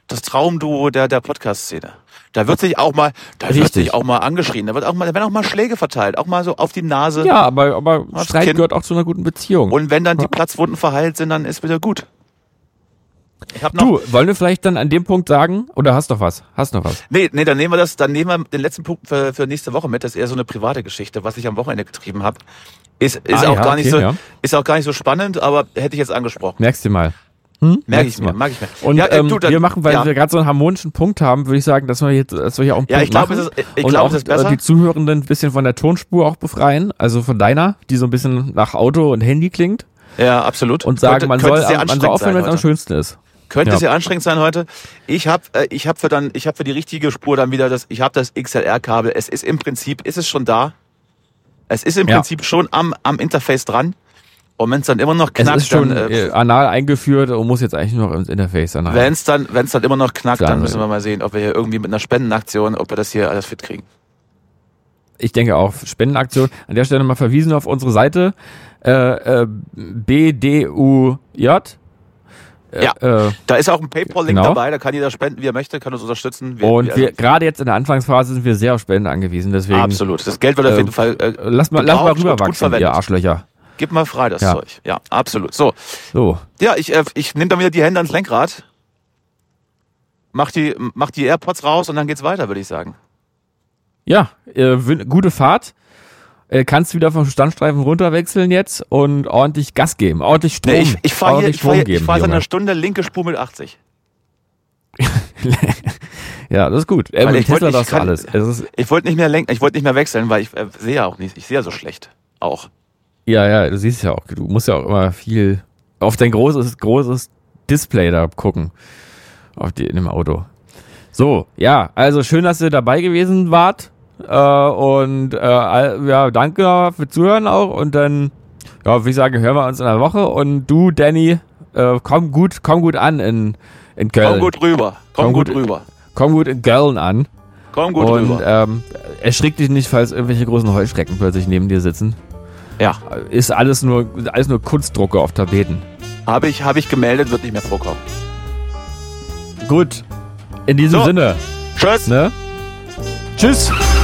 das Traumduo der Podcast-Szene. Da wird sich auch mal, angeschrien, da werden auch mal Schläge verteilt, auch mal so auf die Nase. Ja, aber Streit gehört auch zu einer guten Beziehung. Und wenn dann die Platzwunden verheilt sind, dann ist wieder gut. Wollen wir vielleicht dann an dem Punkt sagen, oder hast noch was? Nee, dann nehmen wir den letzten Punkt für nächste Woche mit, das ist eher so eine private Geschichte, was ich am Wochenende getrieben habe. Ist auch gar nicht so spannend, aber hätte ich jetzt angesprochen. Merkst du mal. Mag ich mir. Und wir machen, weil wir gerade so einen harmonischen Punkt haben, würde ich sagen, dass wir hier auch einen Punkt machen. Ich glaube, es ist besser. Die Zuhörenden ein bisschen von der Tonspur auch befreien, also von deiner, die so ein bisschen nach Auto und Handy klingt. Ja, absolut. Und sagen, man soll aufhören, wenn es am schönsten ist. Könnte sehr anstrengend sein heute. Ich hab für die richtige Spur dann wieder das XLR-Kabel. Es ist im Prinzip, schon da. Es ist im Prinzip schon am Interface dran. Und wenn es dann immer noch knackt, es ist schon anal eingeführt und muss jetzt eigentlich nur noch ins Interface anhalten. Wenn es dann immer noch knackt, dann müssen wir mal sehen, ob wir hier irgendwie mit einer Spendenaktion, ob wir das hier alles fit kriegen. Ich denke auch, Spendenaktion. An der Stelle mal verwiesen auf unsere Seite BDUJ. Da ist auch ein PayPal-Link dabei, da kann jeder spenden, wie er möchte, kann uns unterstützen. Wir gerade jetzt in der Anfangsphase sind wir sehr auf Spenden angewiesen, deswegen. Absolut, das Geld wird auf jeden Fall lass mal rüberwachsen, ihr Arschlöcher. Gib mal frei, das Zeug. Ja, absolut. So. Ja, ich nehme dann wieder die Hände ans Lenkrad, mach die AirPods raus und dann geht's weiter, würde ich sagen. Ja, gute Fahrt. Kannst wieder vom Standstreifen runterwechseln jetzt und ordentlich Gas geben, ordentlich Strom. Nee, ich fahre seit einer Stunde linke Spur mit 80. Ja, das ist gut. Ich wollte nicht mehr lenken, ich wollte nicht mehr wechseln, weil ich sehe ja auch nicht, ich sehe ja so schlecht auch. Ja, du siehst ja auch, du musst ja auch immer viel auf dein großes Display da gucken in dem Auto. So, ja, also schön, dass ihr dabei gewesen wart. Danke für Zuhören auch und dann, würde ich sagen, hören wir uns in der Woche und du, Danny, komm gut an in Köln. Komm gut rüber. Komm gut in Köln an. Komm gut rüber. Und erschrick dich nicht, falls irgendwelche großen Heuschrecken plötzlich neben dir sitzen. Ja. Ist alles nur Kunstdrucke auf Tapeten. Habe ich gemeldet, wird nicht mehr vorkommen. Gut. In diesem Sinne. Tschüss. Ne? Tschüss.